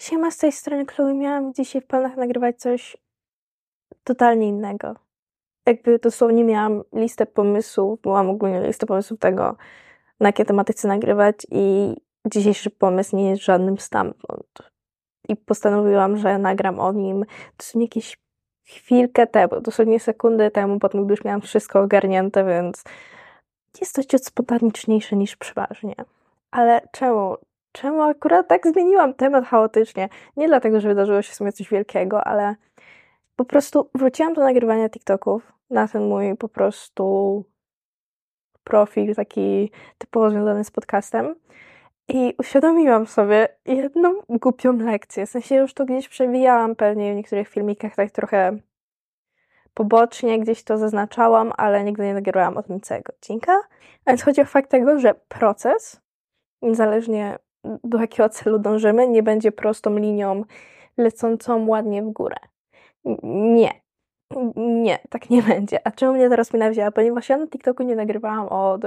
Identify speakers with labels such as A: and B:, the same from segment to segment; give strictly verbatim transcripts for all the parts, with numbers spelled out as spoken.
A: Siema, z tej strony Chloe. Miałam dzisiaj w planach nagrywać coś totalnie innego. Jakby dosłownie miałam listę pomysłów, byłam ogólnie listę pomysłów tego, na jakie tematy chcę nagrywać i dzisiejszy pomysł nie jest żadnym stamtąd. I postanowiłam, że nagram o nim dosłownie jakieś chwilkę temu, dosłownie sekundy temu, potem gdy już miałam wszystko ogarnięte, więc jest to ciut spontaniczniejsze niż przeważnie. Ale czemu? Czemu akurat tak zmieniłam temat chaotycznie? Nie dlatego, że wydarzyło się w sumie coś wielkiego, ale po prostu wróciłam do nagrywania TikToków na ten mój po prostu profil taki typowo związany z podcastem i uświadomiłam sobie jedną głupią lekcję. W sensie już to gdzieś przewijałam pewnie w niektórych filmikach tak trochę pobocznie, gdzieś to zaznaczałam, ale nigdy nie nagrywałam o tym całego odcinka. A więc chodzi o fakt tego, że proces, niezależnie do jakiego celu dążymy, nie będzie prostą linią lecącą ładnie w górę. Nie. Nie, tak nie będzie. A czemu mnie teraz mina wzięła? Ponieważ ja na TikToku nie nagrywałam od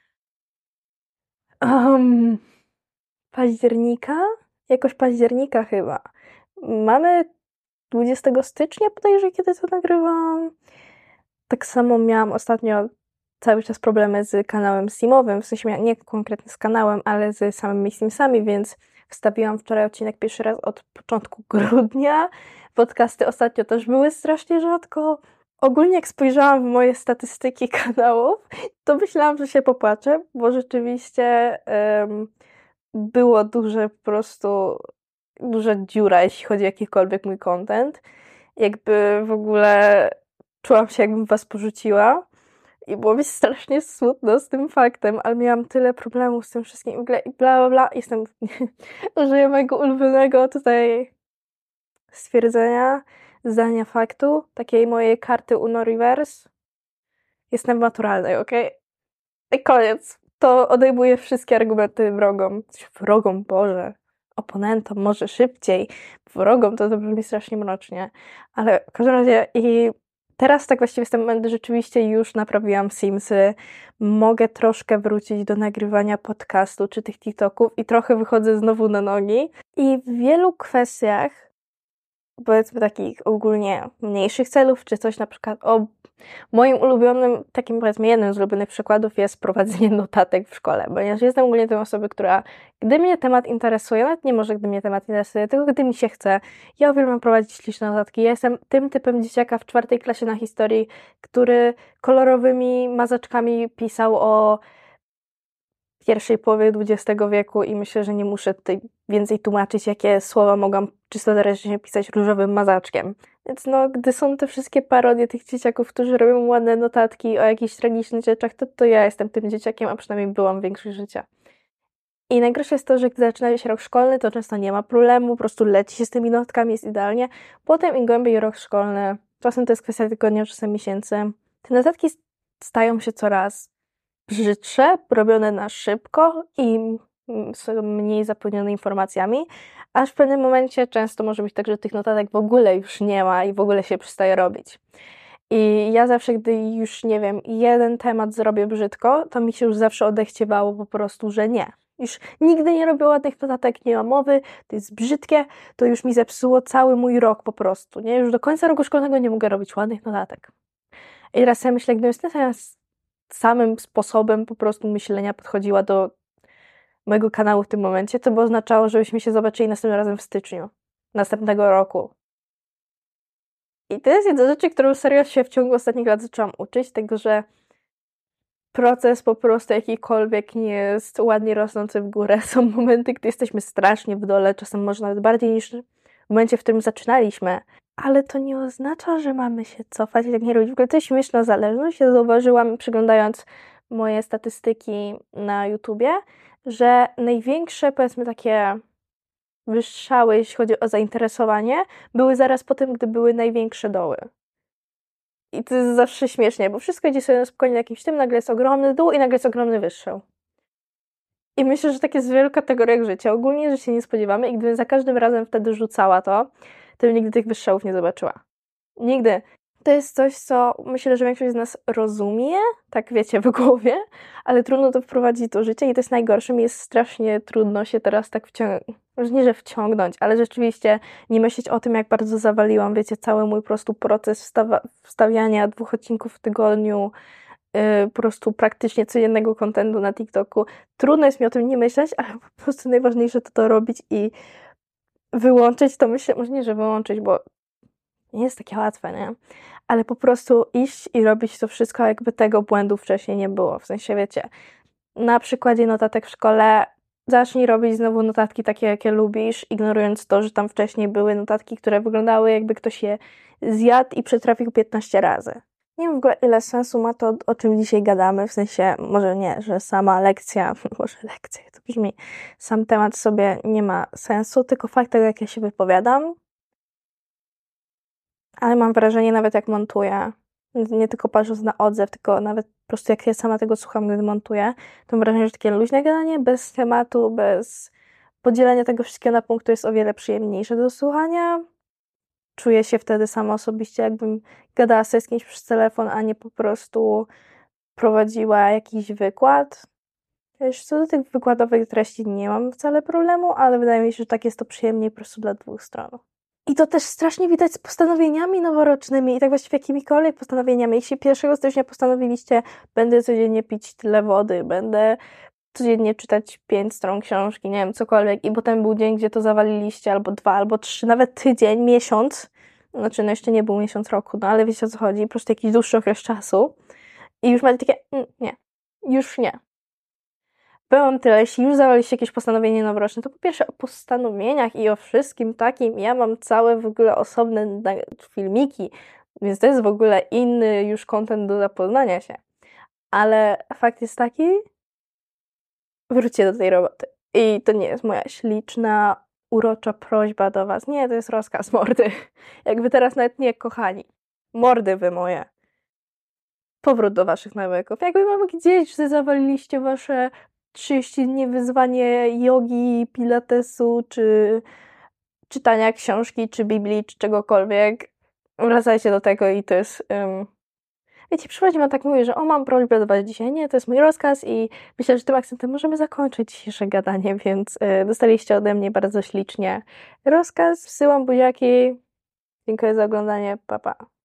A: um, października? Jakoś października chyba. Mamy dwudziestego stycznia bodajże, kiedy to nagrywam. Tak samo miałam ostatnio cały czas problemy z kanałem Steamowym, w sensie nie konkretnie z kanałem, ale z samymi Steamsami, więc wstawiłam wczoraj odcinek pierwszy raz od początku grudnia. Podcasty ostatnio też były strasznie rzadko. Ogólnie jak spojrzałam w moje statystyki kanałów, to myślałam, że się popłaczę, bo rzeczywiście um, było duże po prostu duża dziura, jeśli chodzi o jakikolwiek mój content. Jakby w ogóle czułam się, jakbym was porzuciła. I było mi strasznie smutno z tym faktem, ale miałam tyle problemów z tym wszystkim i w ogóle i bla bla bla. Jestem, użyję mojego ulubionego tutaj stwierdzenia, zdania faktu, takiej mojej karty Uno Reverse. Jestem w maturalnej, okej? Okay? I koniec. To odejmuje wszystkie argumenty wrogom. Wrogom, Boże. Oponentom może szybciej. Wrogom to, to brzmi strasznie mrocznie. Ale w każdym razie i teraz tak właściwie jest ten moment, że rzeczywiście już naprawiłam Simsy. Mogę troszkę wrócić do nagrywania podcastu czy tych TikToków i trochę wychodzę znowu na nogi. I w wielu kwestiach, powiedzmy takich ogólnie mniejszych celów, czy coś na przykład o moim ulubionym, takim powiedzmy jednym z ulubionych przykładów jest prowadzenie notatek w szkole, ponieważ jestem ogólnie tą osobą, która gdy mnie temat interesuje, nawet nie może gdy mnie temat interesuje, tylko gdy mi się chce, ja uwielbiam prowadzić liczne notatki. Ja jestem tym typem dzieciaka w czwartej klasie na historii, który kolorowymi mazaczkami pisał o pierwszej połowie dwudziestego wieku i myślę, że nie muszę tutaj więcej tłumaczyć, jakie słowa mogłam czysto teoretycznie pisać różowym mazaczkiem. Więc no, gdy są te wszystkie parodie tych dzieciaków, którzy robią ładne notatki o jakichś tragicznych rzeczach, to, to ja jestem tym dzieciakiem, a przynajmniej byłam większość życia. I najgorsze jest to, że gdy zaczyna się rok szkolny, to często nie ma problemu, po prostu leci się z tymi notatkami, jest idealnie. Potem im głębiej rok szkolny, czasem to jest kwestia tygodnia, czasem miesięcy, te notatki stają się coraz brzydsze, robione na szybko i są mniej zapełnione informacjami, aż w pewnym momencie często może być tak, że tych notatek w ogóle już nie ma i w ogóle się przestaje robić. I ja zawsze, gdy już, nie wiem, jeden temat zrobię brzydko, to mi się już zawsze odechciewało po prostu, że nie. Już nigdy nie robię ładnych notatek, nie ma mowy, to jest brzydkie, to już mi zepsuło cały mój rok po prostu, nie? Już do końca roku szkolnego nie mogę robić ładnych notatek. I teraz sobie myślę, gdybym z tym samym sposobem po prostu myślenia podchodziła do mojego kanału w tym momencie, to by oznaczało, żebyśmy się zobaczyli następnym razem w styczniu następnego roku. I to jest jedna z rzeczy, którą serio się w ciągu ostatnich lat zaczęłam uczyć, tego, że proces po prostu jakikolwiek nie jest ładnie rosnący w górę. Są momenty, gdy jesteśmy strasznie w dole, czasem może nawet bardziej niż w momencie, w którym zaczynaliśmy. Ale to nie oznacza, że mamy się cofać i tak nie robić. W ogóle to jest śmieszna zależność. Ja zauważyłam, przeglądając moje statystyki na YouTubie, że największe, powiedzmy, takie wystrzały, jeśli chodzi o zainteresowanie, były zaraz po tym, gdy były największe doły. I to jest zawsze śmiesznie, bo wszystko idzie sobie spokojnie na jakimś tym, nagle jest ogromny dół i nagle jest ogromny wystrzał. I myślę, że tak jest w wielu kategoriach życia. Ogólnie, że się nie spodziewamy i gdybym za każdym razem wtedy rzucała to, to bym nigdy tych wystrzałów nie zobaczyła. Nigdy. To jest coś, co myślę, że większość z nas rozumie, tak wiecie, w głowie, ale trudno to wprowadzić do życia i to jest najgorsze. Mi jest strasznie trudno się teraz tak wciągnąć, może nie, że wciągnąć, ale rzeczywiście nie myśleć o tym, jak bardzo zawaliłam, wiecie, cały mój po prostu proces wstawa- wstawiania dwóch odcinków w tygodniu, yy, po prostu praktycznie codziennego kontentu na TikToku. Trudno jest mi o tym nie myśleć, ale po prostu najważniejsze to to robić i wyłączyć to, myślę, może nie, że wyłączyć, bo nie jest takie łatwe, nie? Ale po prostu iść i robić to wszystko, jakby tego błędu wcześniej nie było. W sensie, wiecie, na przykładzie notatek w szkole zacznij robić znowu notatki takie, jakie lubisz, ignorując to, że tam wcześniej były notatki, które wyglądały, jakby ktoś je zjadł i przetrafił piętnaście razy. Nie wiem w ogóle, ile sensu ma to, o czym dzisiaj gadamy, w sensie, może nie, że sama lekcja, może lekcja, to brzmi, sam temat sobie nie ma sensu, tylko fakt tego, jak ja się wypowiadam. Ale mam wrażenie, nawet jak montuję, nie tylko patrząc na odzew, tylko nawet po prostu jak ja sama tego słucham, gdy montuję, to mam wrażenie, że takie luźne gadanie, bez tematu, bez podzielenia tego wszystkiego na punkty jest o wiele przyjemniejsze do słuchania. Czuję się wtedy sama osobiście, jakbym gadała sobie z kimś przez telefon, a nie po prostu prowadziła jakiś wykład. Wiesz, co do tych wykładowych treści nie mam wcale problemu, ale wydaje mi się, że tak jest to przyjemniej po prostu dla dwóch stron. I to też strasznie widać z postanowieniami noworocznymi i tak właściwie jakimikolwiek postanowieniami. Jeśli pierwszego stycznia postanowiliście, będę codziennie pić tyle wody, będę codziennie czytać pięć stron książki, nie wiem, cokolwiek i potem był dzień, gdzie to zawaliliście, albo dwa, albo trzy, nawet tydzień, miesiąc, znaczy no jeszcze nie był miesiąc roku, no ale wiecie o co chodzi, po prostu jakiś dłuższy okres czasu i już macie takie, mm, nie, już nie. Powiem tyle, jeśli już zawaliście jakieś postanowienie noworoczne, to po pierwsze o postanowieniach i o wszystkim takim ja mam całe w ogóle osobne filmiki, więc to jest w ogóle inny już content do zapoznania się. Ale fakt jest taki, wróćcie do tej roboty. I to nie jest moja śliczna, urocza prośba do was. Nie, to jest rozkaz, mordy. Jakby teraz nawet nie, kochani. Mordy wy moje. Powrót do waszych nawyków. Jakby mamy gdzieś, że zawaliliście wasze trzydzieści dni wyzwanie jogi, pilatesu, czy czytania książki, czy Biblii, czy czegokolwiek. Wracajcie do tego i to jest... Um... Wiecie, przychodzi wam tak mówię, że o, mam prośbę do was dzisiaj, nie? To jest mój rozkaz i myślę, że tym akcentem możemy zakończyć dzisiejsze gadanie, więc y, dostaliście ode mnie bardzo ślicznie rozkaz. Wsyłam buziaki. Dziękuję za oglądanie. Pa, pa.